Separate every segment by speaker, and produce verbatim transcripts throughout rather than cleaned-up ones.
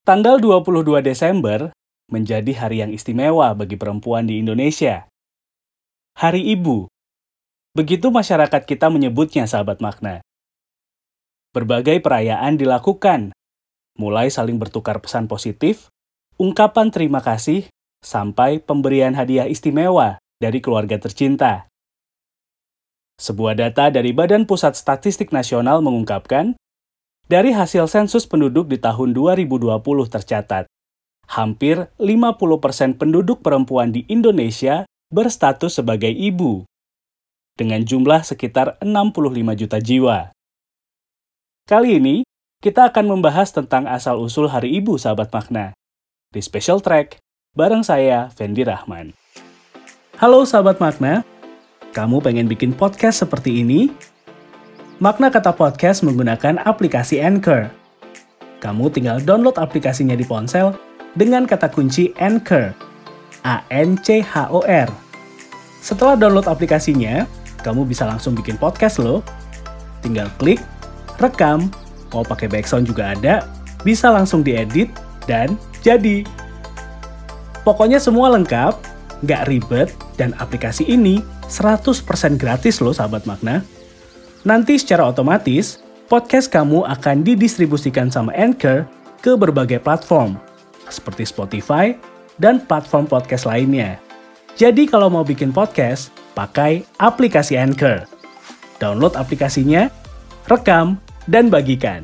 Speaker 1: Tanggal dua puluh dua Desember menjadi hari yang istimewa bagi perempuan di Indonesia. Hari Ibu. Begitu masyarakat kita menyebutnya, sahabat makna. Berbagai perayaan dilakukan, mulai saling bertukar pesan positif, ungkapan terima kasih, sampai pemberian hadiah istimewa dari keluarga tercinta. Sebuah data dari Badan Pusat Statistik Nasional mengungkapkan, dari hasil sensus penduduk di tahun dua ribu dua puluh tercatat, hampir lima puluh persen penduduk perempuan di Indonesia berstatus sebagai ibu, dengan jumlah sekitar enam puluh lima juta jiwa. Kali ini, kita akan membahas tentang asal-usul Hari Ibu, sahabat makna, di Special Track, bareng saya, Fendi Rahman. Halo sahabat makna, kamu pengen bikin podcast seperti ini? Makna Kata Podcast menggunakan aplikasi Anchor. Kamu tinggal download aplikasinya di ponsel dengan kata kunci Anchor, A N C H O R. Setelah download aplikasinya, kamu bisa langsung bikin podcast loh. Tinggal klik, rekam, mau pakai background juga ada, bisa langsung diedit, dan jadi. Pokoknya semua lengkap, nggak ribet, dan aplikasi ini seratus persen gratis loh sahabat makna. Nanti secara otomatis, podcast kamu akan didistribusikan sama Anchor ke berbagai platform, seperti Spotify dan platform podcast lainnya. Jadi kalau mau bikin podcast, pakai aplikasi Anchor. Download aplikasinya, rekam, dan bagikan.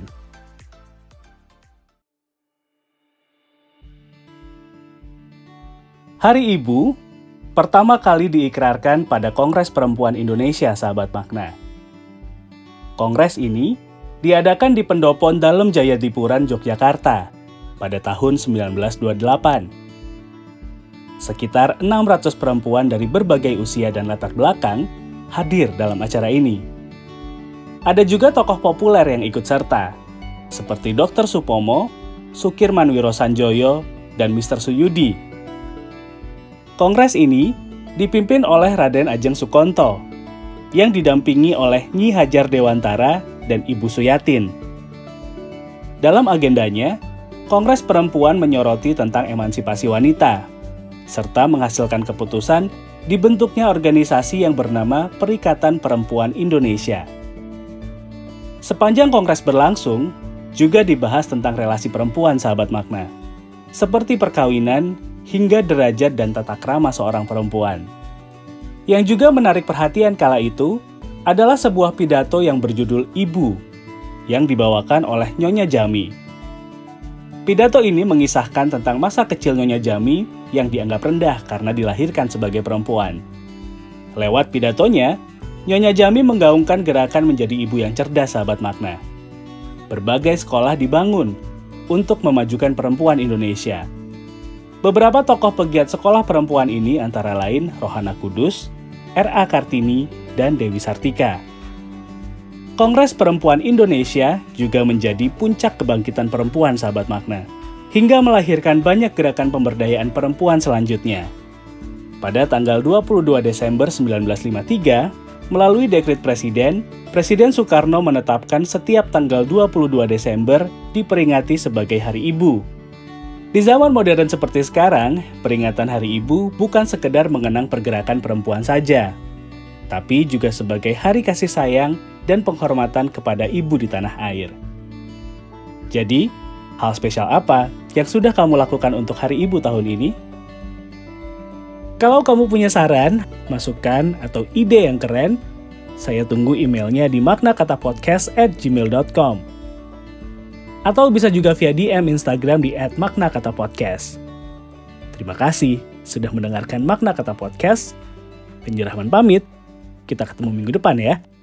Speaker 1: Hari Ibu pertama kali diikrarkan pada Kongres Perempuan Indonesia, sahabat makna. Kongres ini diadakan di Pendopo Dalem Jayadipuran, Yogyakarta pada tahun sembilan belas dua puluh delapan. Sekitar enam ratus perempuan dari berbagai usia dan latar belakang hadir dalam acara ini. Ada juga tokoh populer yang ikut serta, seperti dokter Supomo, Sukirman Wirosanjoyo, dan mister Suyudi. Kongres ini dipimpin oleh Raden Ajeng Sukonto, yang didampingi oleh Nyi Hajar Dewantara dan Ibu Suyatin. Dalam agendanya, Kongres Perempuan menyoroti tentang emansipasi wanita, serta menghasilkan keputusan dibentuknya organisasi yang bernama Perikatan Perempuan Indonesia. Sepanjang Kongres berlangsung, juga dibahas tentang relasi perempuan, sahabat makna, seperti perkawinan hingga derajat dan tata krama seorang perempuan. Yang juga menarik perhatian kala itu adalah sebuah pidato yang berjudul Ibu, yang dibawakan oleh Nyonya Jami. Pidato ini mengisahkan tentang masa kecil Nyonya Jami yang dianggap rendah karena dilahirkan sebagai perempuan. Lewat pidatonya, Nyonya Jami menggaungkan gerakan menjadi ibu yang cerdas, sahabat makna. Berbagai sekolah dibangun untuk memajukan perempuan Indonesia. Beberapa tokoh pegiat sekolah perempuan ini antara lain Rohana Kudus, R A Kartini, dan Dewi Sartika. Kongres Perempuan Indonesia juga menjadi puncak kebangkitan perempuan, sahabat makna, hingga melahirkan banyak gerakan pemberdayaan perempuan selanjutnya. Pada tanggal dua puluh dua Desember seribu sembilan ratus lima puluh tiga, melalui dekret Presiden, Presiden Soekarno menetapkan setiap tanggal dua puluh dua Desember diperingati sebagai Hari Ibu. Di zaman modern seperti sekarang, peringatan Hari Ibu bukan sekedar mengenang pergerakan perempuan saja, tapi juga sebagai hari kasih sayang dan penghormatan kepada ibu di tanah air. Jadi, hal spesial apa yang sudah kamu lakukan untuk Hari Ibu tahun ini? Kalau kamu punya saran, masukan, atau ide yang keren, saya tunggu emailnya di maknakatapodcast at gmail dot com. Atau bisa juga via D M Instagram di et maknakatapodcast. Terima kasih sudah mendengarkan Makna Kata Podcast. Fendi Rahman pamit. Kita ketemu minggu depan ya.